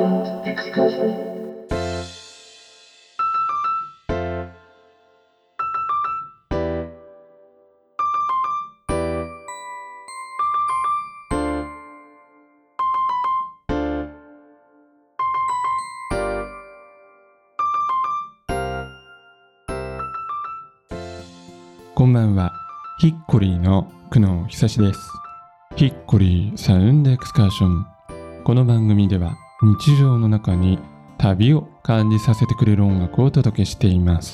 こんばんは。ヒッコリーの久野久志です。ヒッコリーサウンドエクスカーション。この番組では日常の中に旅を感じさせてくれる音楽をお届けしています。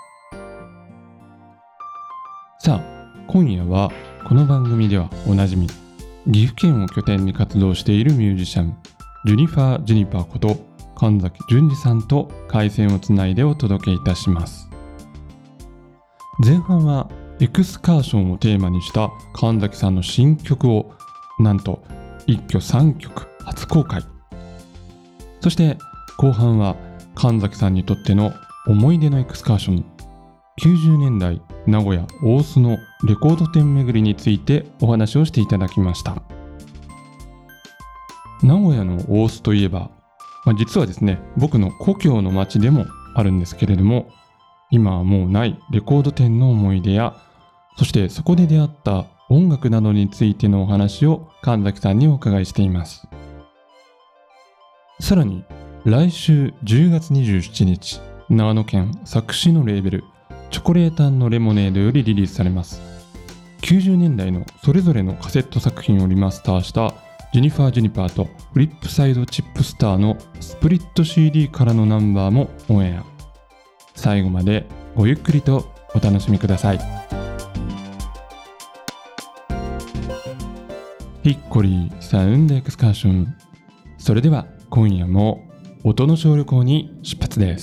さあ、今夜はこの番組ではおなじみ、岐阜県を拠点に活動しているミュージシャン、ジュニファー・ジュニパーこと神崎淳二さんと回線をつないでお届けいたします。前半はエクスカーションをテーマにした神崎さんの新曲をなんと一挙3曲初公開。そして後半は神崎さんにとっての思い出のエクスカーション、90年代名古屋大須のレコード店巡りについてお話をしていただきました。名古屋の大須といえば、実はですね、僕の故郷の町でもあるんですけれども、今はもうないレコード店の思い出や、そしてそこで出会った音楽などについてのお話を神崎さんにお伺いしています。さらに来週10月27日、長野県佐久市のレーベルチョコレータンのレモネードよりリリースされます。90年代のそれぞれのカセット作品をリマスターしたジュニファー・ジュニパーとフリップサイド・チップスターのスプリット CD からのナンバーもオンエア。最後までごゆっくりとお楽しみください。ヒッコリーサウンドエクスカーション。それでは今夜も音の小旅行に出発です。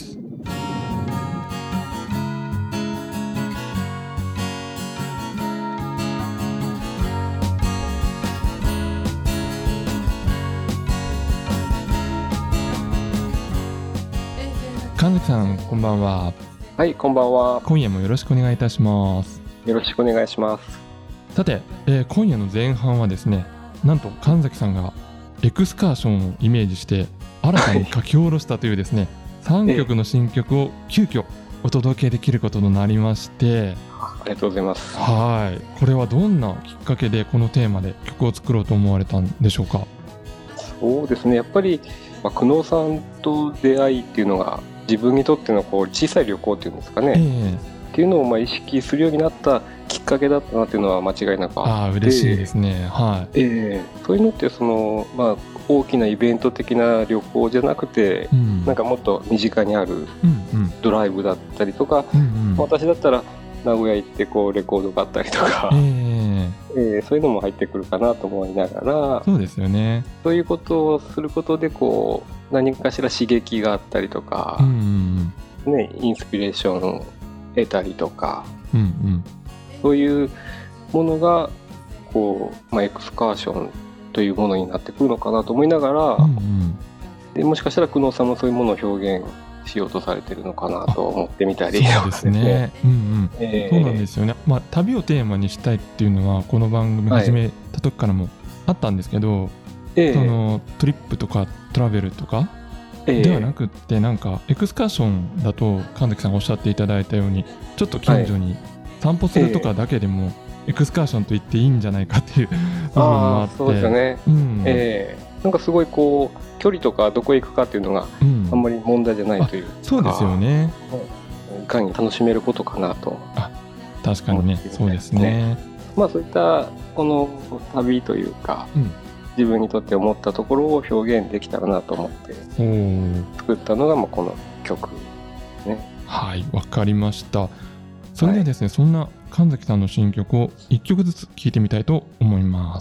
神崎さん、こんばんは。 はい、こんばんは。 今夜もよろしくお願いいたします。 よろしくお願いします。 さて、今夜の前半はですね、なんと神崎さんがエクスカーションをイメージして新たに書き下ろしたというですね、3曲の新曲を急遽お届けできることとなりまして、 ありがとうございます。 はい、これはどんなきっかけでこのテーマで曲を作ろうと思われたんでしょうか？ そうですね、やっぱり、久能さんと出会いっていうのが自分にとっての小さい旅行っていうんですかね、っていうのを意識するようになったきっかけだったなっていうのは間違いなくあって。 嬉しいですね。はい。 そういうのって大きなイベント的な旅行じゃなくて、なんかもっと身近にあるドライブだったりとか、私だったら名古屋行ってレコード買ったりとか、そういうのも入ってくるかなと思いながら、 そうですよね。 そういうことをすることで何かしら刺激があったりとか、インスピレーションを得たりとか、そういうものがエクスカーションというものになってくるのかなと思いながら、でもしかしたら久能さんもそういうものを表現しようとされてるのかなと思ってみたり。 そうですね。そうなんですよね。旅をテーマにしたいっていうのはこの番組始めた時からもあったんですけど、そのトリップとかトラベルとかではなくって、なんかエクスカーションだと神崎さんがおっしゃっていただいたように、ちょっと近所に散歩するとかだけでもエクスカーションと言っていいんじゃないかっていう部分もあって、 そうですよね。なんかすごい距離とかどこへ行くかっていうのがあんまり問題じゃないというか、 そうですよね。 いかに楽しめることかなと。 確かにね、そうですね。 そういったこの旅というか、自分にとって思ったところを表現できたらなと思って作ったのがこの曲ね。はい、 わかりました。それではですね、そんな神崎さんの新曲を1曲ずつ聴いてみたいと思います。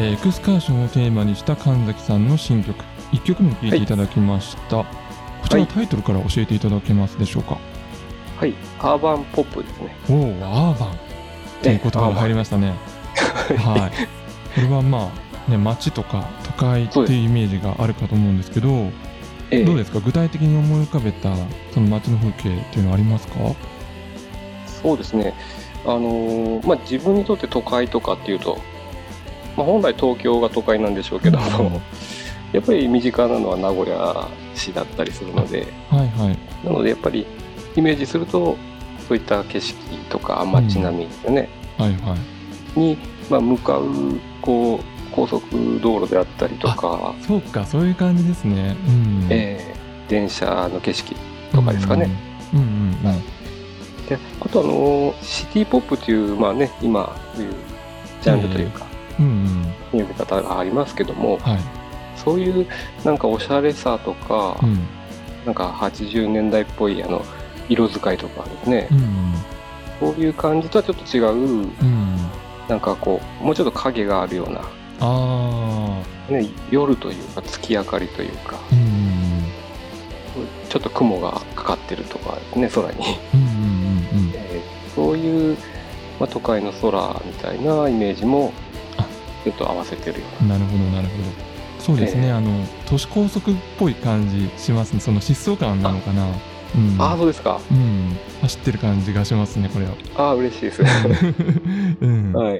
エクスカーションをテーマにした神崎さんの新曲1曲目聴いていただきました、はい、こちらタイトルから教えていただけますでしょうか。 はい、アーバンポップですね。 おお、アーバンという言葉が入りましたね。はい、これはまあね、街とか都会っていうイメージがあるかと思うんですけど、どうですか、具体的に思い浮かべたその街の風景っていうのはありますか？ そうですね、自分にとって都会とかっていうと、本来東京が都会なんでしょうけども、やっぱり身近なのは名古屋市だったりするので、はいはい、なのでやっぱりイメージするとそういった景色とか街並みですよね、はいはい、に、向かうこう高速道路であったりとか、 そうか、そういう感じですね、 電車の景色とかですかね。で、あとシティポップという、今そういうジャンルというか、呼び方がありますけども、はい、そういうなんかおしゃれさとか、なんか80年代っぽい色使いとかですね、そういう感じとはちょっと違う、なんかこうもうちょっと影があるような、夜というか月明かりというか、ちょっと雲がかかってるとかですね、空にそういう、都会の空みたいなイメージもちょっと合わせてるような。 なるほどなるほど。そうですね、都市高速っぽい感じしますね。その疾走感なのかな。 そうですか。 走ってる感じがしますね、これは。 嬉しいです。はい。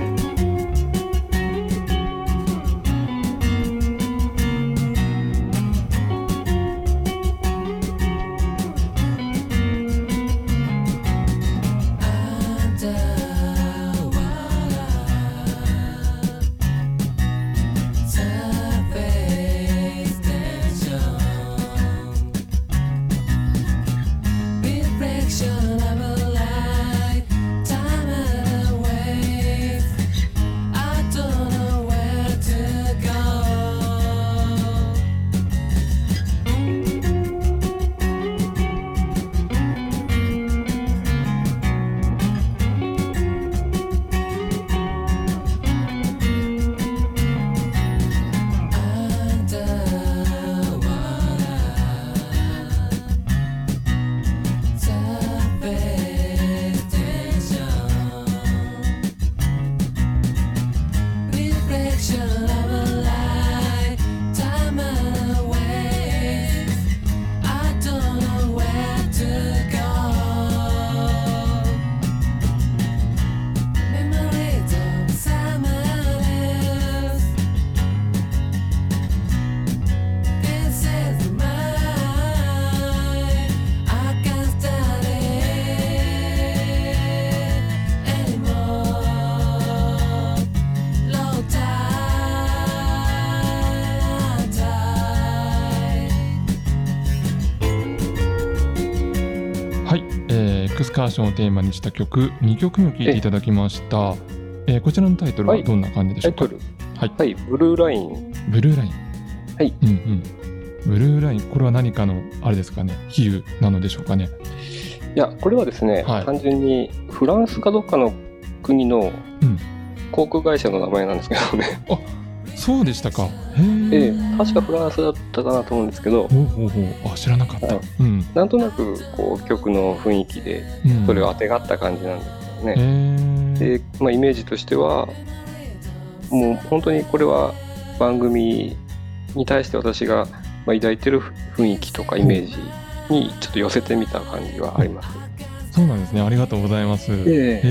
エクスカーションをテーマにした曲2曲目を聴いていただきました。こちらのタイトルはどんな感じでしょうか？ はい、ブルーライン。 ブルーライン。 はい。 ブルーライン、これは何かのあれですかね、比喩なのでしょうかね？ いや、これはですね、単純にフランスかどっかの国の航空会社の名前なんですけどね。 そうでしたか。 確かフランスだったかなと思うんですけど、 知らなかった。 なんとなくこう曲の雰囲気でそれをあてがった感じなんですよね。で、イメージとしてはもう本当にこれは番組に対して私が抱いてる雰囲気とかイメージにちょっと寄せてみた感じはあります。 そうなんですね。ありがとうございます。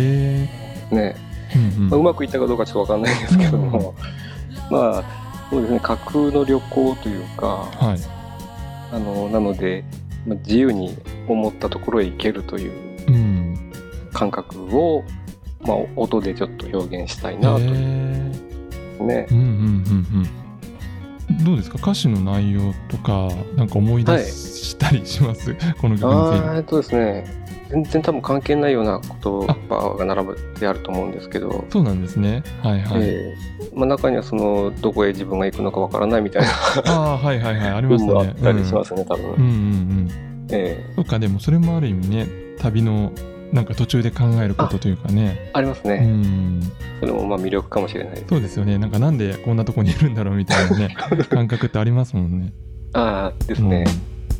うまくいったかどうかちょっと分かんないんですけども、そうですね、架空の旅行というか、なので、自由に思ったところへ行けるという感覚を、音でちょっと表現したいなというね。 どうですか、歌詞の内容とかなんか思い出したりします？この曲について。 ですね、全然多分関係ないような言葉が並べてあると思うんですけど。 そうなんですね。 中にはどこへ自分が行くのかわからないみたいなありますね。 あったりしますね、多分。 そうか、でもそれもある意味ね、旅のなんか途中で考えることというかね。 ありますね。それもまあ魅力かもしれないです。 そうですよね。なんでこんなとこにいるんだろうみたいなね感覚ってありますもんね。 ああですね。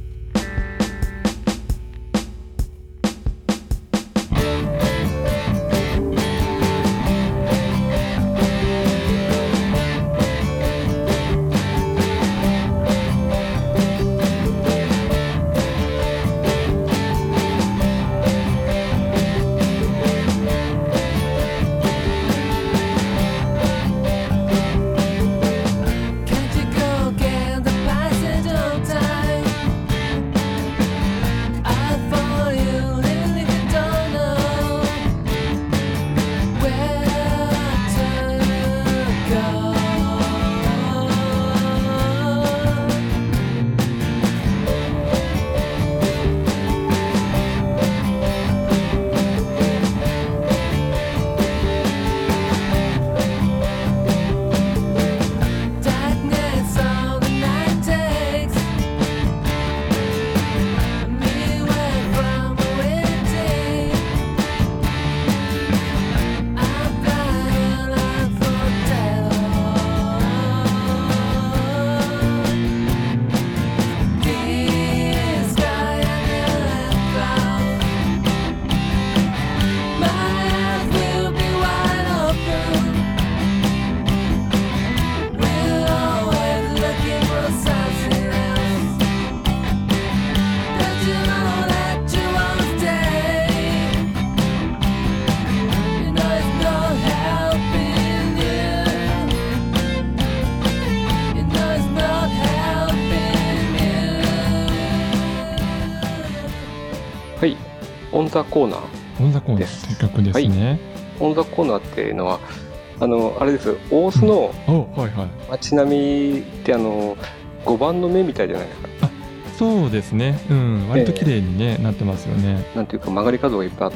オンザコーナーです。 という曲ですね。 オンザコーナーっていうのはあれです。大須の街並みって5番の目みたいじゃないですか。 そうですね。割と綺麗にね、なってますよね。 なんていうか曲がり角がいっぱいあって、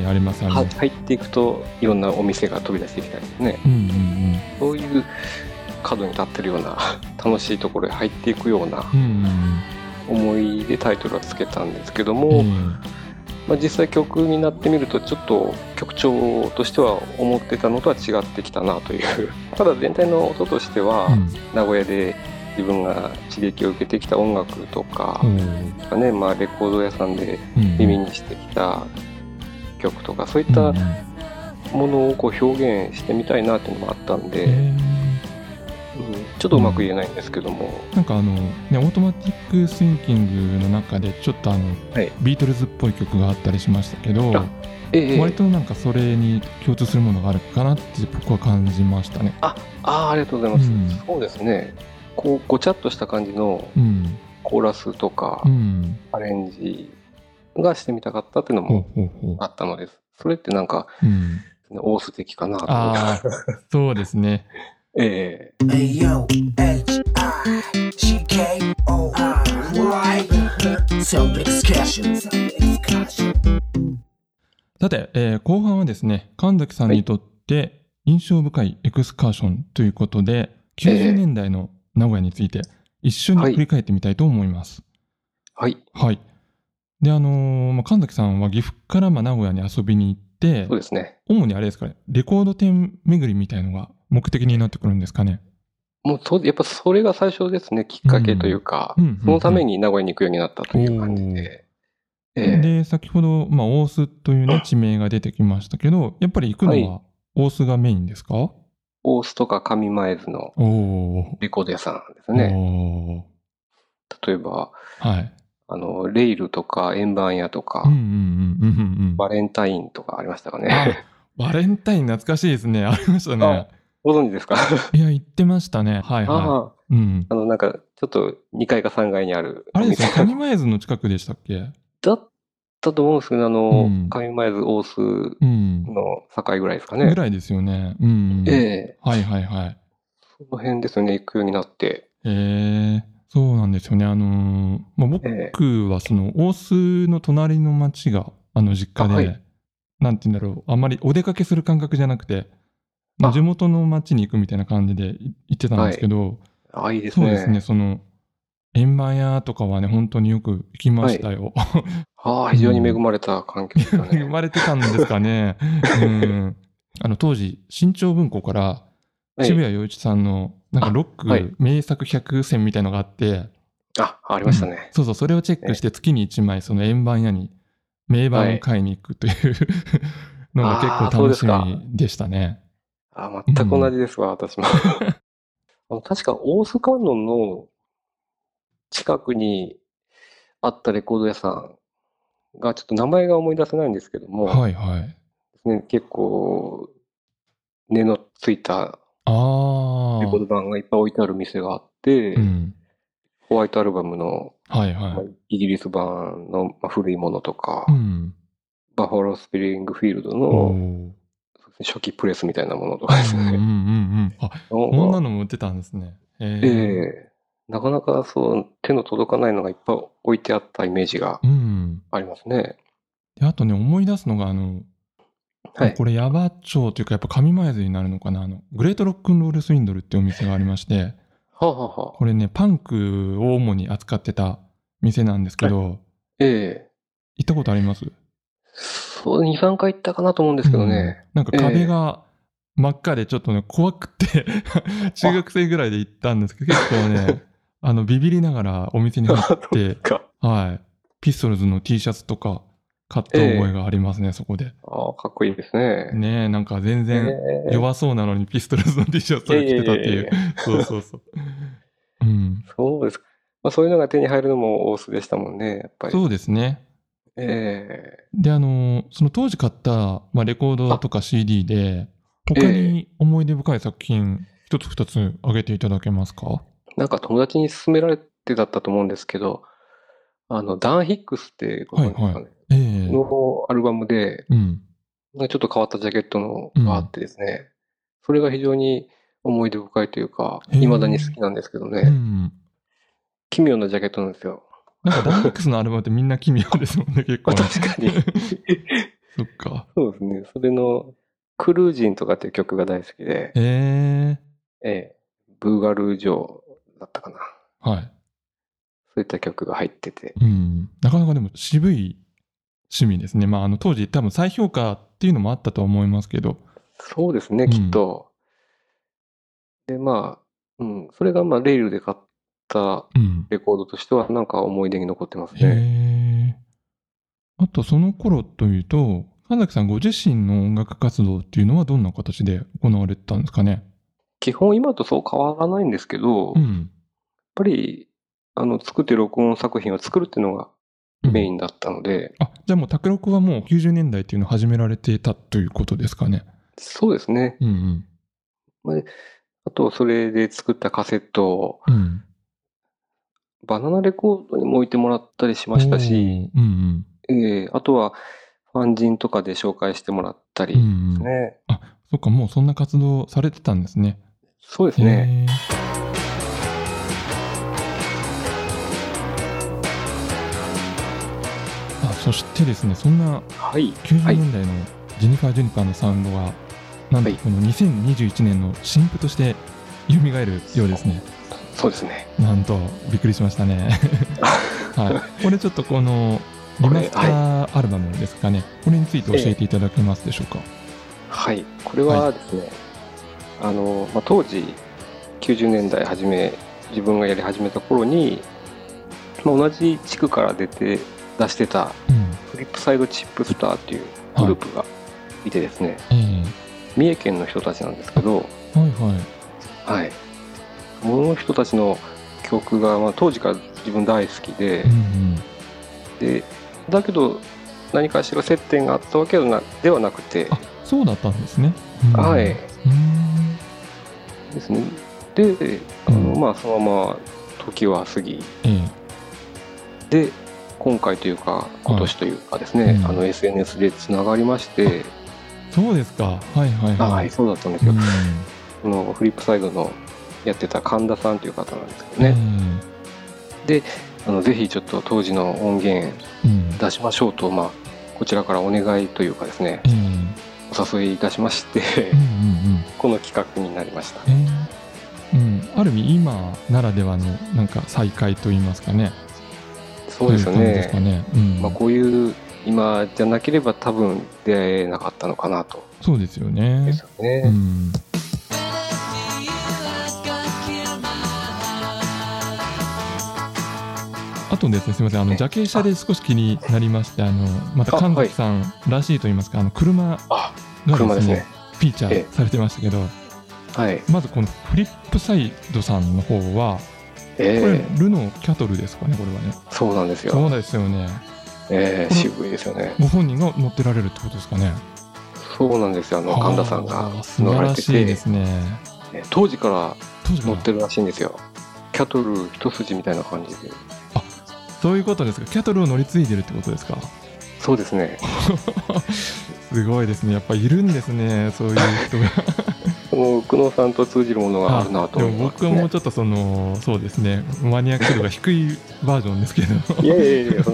あります入っていくといろんなお店が飛び出してきたりね。そういう角に立ってるような楽しいところへ入っていくような思いでタイトルはつけたんですけども。実際曲になってみるとちょっと曲調としては思ってたのとは違ってきたなというただ全体の音としては、名古屋で自分が刺激を受けてきた音楽とか、レコード屋さんで耳にしてきた曲とかそういったものをこう表現してみたいなっていうのもあったんで、ちょっとうまく言えないんですけども、 オートマティックスインキングの中でちょっとビートルズっぽい曲があったりしましたけど、割とそれに共通するものがあるかなって僕は感じましたね。 ありがとうございます。そうですね。こうごちゃっとした感じのコーラスとかアレンジがしてみたかったっていうのもあったのです。それって大須的かなと思います。 そうですね。さて、後半はですね、神崎さんにとって印象深いエクスカーションということで、90年代の名古屋について一緒に振り返ってみたいと思います。で、神崎さんは岐阜から名古屋に遊びに行って、 そうですね。 主にあれですかね、レコード店巡りみたいのが目的になってくるんですかね。 もうやっぱそれが最初ですね、きっかけというか、そのために名古屋に行くようになったという感じで。 で、先ほど、大須というね、地名が出てきましたけど、やっぱり行くのは大須がメインですか？ 大須とか上前津のレコード屋さんですね。例えば、レイルとか円盤屋とか、バレンタインとかありましたかね。 バレンタイン懐かしいですね。ありましたね。 ご存知ですか？ いや、行ってましたね。ちょっと2階か3階にある。 あれですね、上前津の近くでしたっけ？ だったと思うんですけど、上前津大須の境ぐらいですかね。 ぐらいですよね。その辺ですよね、行くようになって。 そうなんですよね。僕はその大須の隣の町が実家で、なんて言うんだろう、あまりお出かけする感覚じゃなくて、地元の町に行くみたいな感じで行ってたんですけど、 いいですね。 そうですね、 円盤屋とかはね、本当によく行きましたよ。 非常に恵まれた環境ですよね。 恵まれてたんですかね。当時、新潮文庫から渋谷陽一さんのなんかロック名作100選みたいのがあって、 ありましたね。 そうそう、それをチェックして月に1枚その円盤屋に名盤を買いに行くというのが結構楽しみでしたね。 全く同じですわ、私も。確か大須観音の近くにあったレコード屋さんがちょっと名前が思い出せないんですけども、 はいはい。 結構値のついたレコード盤がいっぱい置いてある店があって、ホワイトアルバムの、イギリス版の古いものとか、バファロースプリングフィールドの初期プレスみたいなものとかですね。 こんなのも売ってたんですね。 なかなか手の届かないのがいっぱい置いてあったイメージがありますね。 であとね、思い出すのがこれ矢場町というかやっぱ上前津になるのかな、グレートロックンロールスウィンドルっていうお店がありまして、これねパンクを主に扱ってた店なんですけど、行ったことあります？ そう、2、3回行ったかなと思うんですけどね。 なんか壁が真っ赤でちょっとね怖くて中学生ぐらいで行ったんですけど、結構ねビビりながらお店に入ってピストルズの T シャツとか買った覚えがありますね、そこで。 かっこいいですね。 ねえ、なんか全然弱そうなのにピストルズの T シャツを着てたっていう。そう。 そうですか。そういうのが手に入るのも大須でしたもんね、やっぱり。 そうですね。で、その当時買った、レコードとか CD で、他に思い出深い作品、一つ二つ挙げていただけますか？ なんか友達に勧められてだったと思うんですけど、ダン・ヒックスってご存知ですかね。のアルバムで、ちょっと変わったジャケットのがあってですね、それが非常に思い出深いというか、未だに好きなんですけどね。奇妙なジャケットなんですよ。 なんかダン・ヒックスのアルバムってみんな奇妙ですもんね、結構。 確かに。 そっか。 そうですね。それの、クルージンとかっていう曲が大好きで、ブーガルージョーだったかな。そういった曲が入ってて。 なかなかでも渋い趣味ですね。当時多分再評価っていうのもあったと思いますけど。 そうですね、きっと。で、それがレイルで買ったレコードとしてはなんか思い出に残ってますね。 あとその頃というと、神崎さんご自身の音楽活動っていうのはどんな形で行われてたんですかね？ 基本今とそう変わらないんですけど、やっぱり作ってる録音作品を作るっていうのがメインだったので。 じゃあもう宅録はもう90年代っていうのを始められていたということですかね？ そうですね。あとそれで作ったカセットを、バナナレコードにも置いてもらったりしましたし、あとはファンジンとかで紹介してもらったりですね。 そっか、もうそんな活動されてたんですね。 そうですね。 そしてですね、そんな90年代のジェニファー・ジュニパーのサウンドが、なんとこの2021年の新譜として蘇るようですね。 そうですね。 なんとびっくりしましたね。これちょっとこのリマスターアルバムですかね。これについて教えていただけますでしょうか？ これはですね、当時90年代初め自分がやり始めた頃に、同じ地区から出してたフリップサイドチップスターっていうグループがいてですね、三重県の人たちなんですけど、この人たちの曲が、当時から自分大好きで、だけど何かしら接点があったわけではなくて。 そうだったんですね。 ですね。で、そのまま時は過ぎ、で今回というか今年というかですね、SNS でつながりまして。 そうですか。 そうだったんですよ。このフリップサイドのやってた神田さんという方なんですけどね。で、ぜひちょっと当時の音源出しましょうと、こちらからお願いというかですね、お誘いいたしまして、この企画になりました。 アる意味今ならではのなんか再会といいますかね。 そうですよね。こういう今じゃなければ多分出会えなかったのかなと。 そうですよね。 ですよね。 あとですね、すみません、邪傾斜で少し気になりまして、また神崎さんらしいといいますか、車がですね、フィーチャーされてましたけど、まずこのフリップサイドさんの方は、これルノーキャトルですかね、これはね。 そうなんですよ。 そうですよね。 渋いですよね。 ご本人が乗ってられるってことですかね。 そうなんですよ。神田さんが乗られてて、素晴らしいですね。 当時から乗ってるらしいんですよ。キャトル一筋みたいな感じで。 そういうことですか。キャトルを乗り継いでるってことですか。 そうですね。 すごいですね。やっぱいるんですね、そういう人が。 もう久野さんと通じるものがあるなと思います、ね。 でも僕はもうちょっとそうですね、マニアック度が低いバージョンですけど。 いや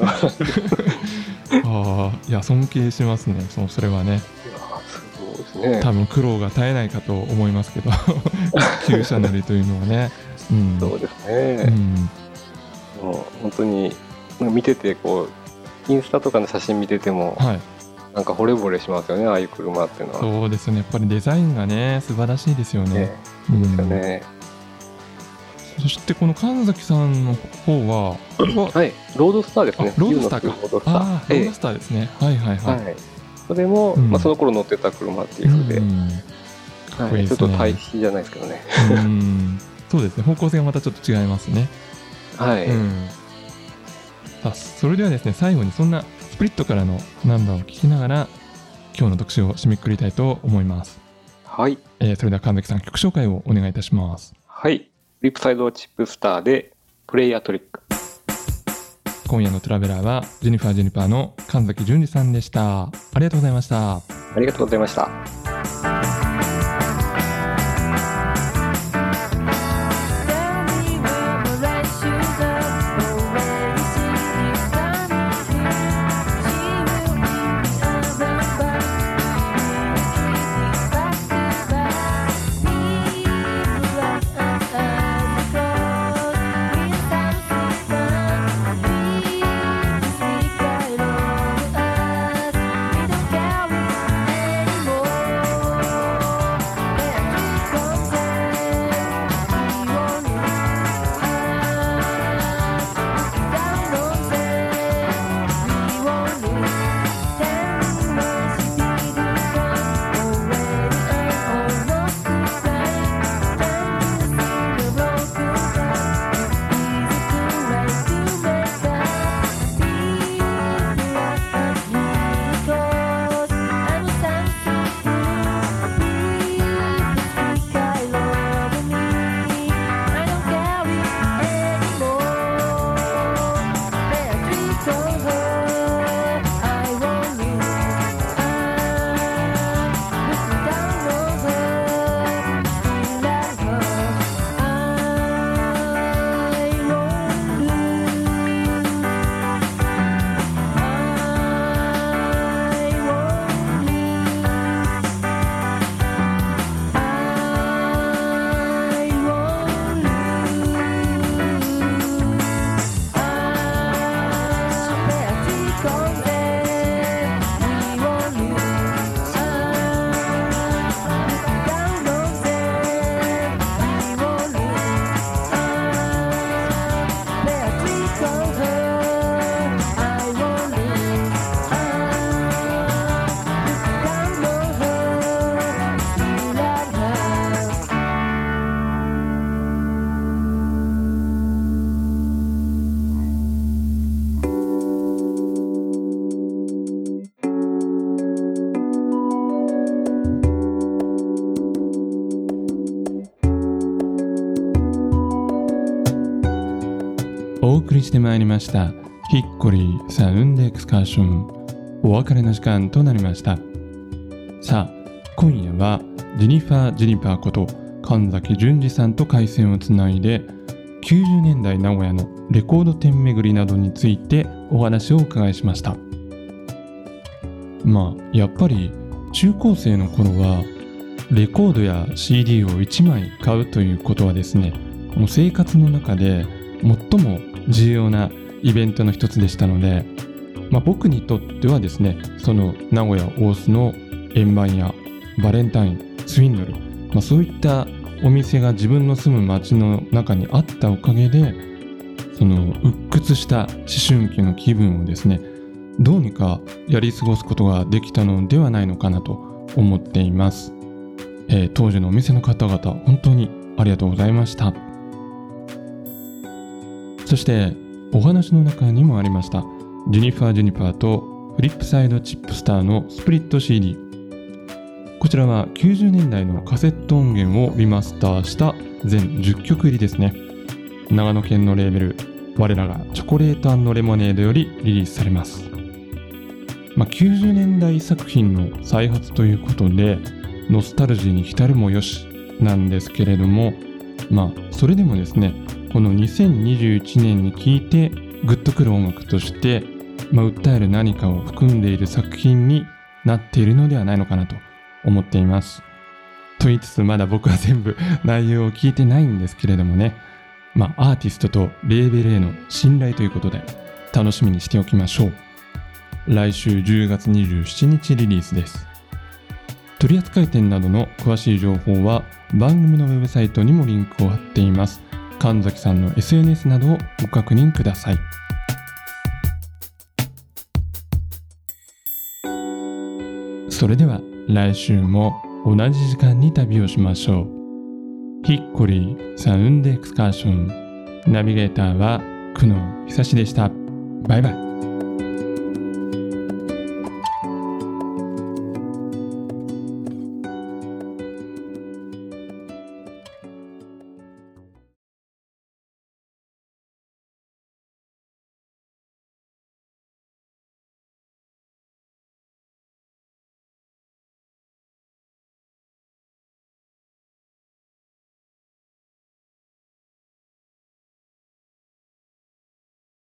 いや尊敬しますね。それはね。 そうですね。 多分苦労が絶えないかと思いますけど、旧車乗りというのはね。 そうですね。もう本当に見ててインスタとかの写真見てても、なんか惚れ惚れしますよね、ああいう車っていうのは。 そうですね、やっぱりデザインがね素晴らしいですよね。 いいですよね。 そしてこの神崎さんの方は、 ロードスターですね。 ロードスターか。ロードスターですね。 それも、その頃乗ってた車っていうことで、 かっこいいですね。 ちょっと対比じゃないですけどね。 そうですね、方向性がまたちょっと違いますね。それではですね、最後にそんなスプリットからのナンバーを聞きながら今日の特集を締めくくりたいと思います。それでは神崎さん、曲紹介をお願いいたします。 フリップサイドチップスターでプレイヤートリック。 今夜のトラベラーはジェニファーの神崎淳二さんでした。ありがとうございました。 ありがとうございました。 お送りしてまいりましたヒッコリーサウンドエクスカーション、お別れの時間となりました。さあ今夜はジェニパーこと神崎淳二さんと回線をつないで90年代名古屋のレコード店巡りなどについてお話をお伺いしました。やっぱり中高生の頃はレコードや CD を1枚買うということはですね、 もう生活の中で最も重要なイベントの一つでしたので、僕にとってはですね、その名古屋大須の円盤やバレンタイン、スウィンドル、そういったお店が自分の住む街の中にあったおかげで、その鬱屈した思春期の気分をですね、どうにかやり過ごすことができたのではないのかなと思っています。当時のお店の方々、本当にありがとうございました。そしてお話の中にもありましたジュニファーとフリップサイドチップスターのスプリット CD、 こちらは90年代のカセット音源をリマスターした全10曲入りですね。長野県のレーベル我らがチョコレート&レモネードよりリリースされます。90年代作品の再発ということでノスタルジーに浸るもよしなんですけれども、それでもですね、この2021年に聴いてグッとくる音楽として、訴える何かを含んでいる作品になっているのではないのかなと思っています。と言いつつまだ僕は全部内容を聞いてないんですけれどもね、アーティストとレーベルへの信頼ということで楽しみにしておきましょう。来週10月27日リリースです。取扱店などの詳しい情報は番組のウェブサイトにもリンクを貼っています。神崎さんの SNS などをご確認ください。それでは来週も同じ時間に旅をしましょう。ヒッコリーサウンドエクスカーション、ナビゲーターは久野久志でした。バイバイ。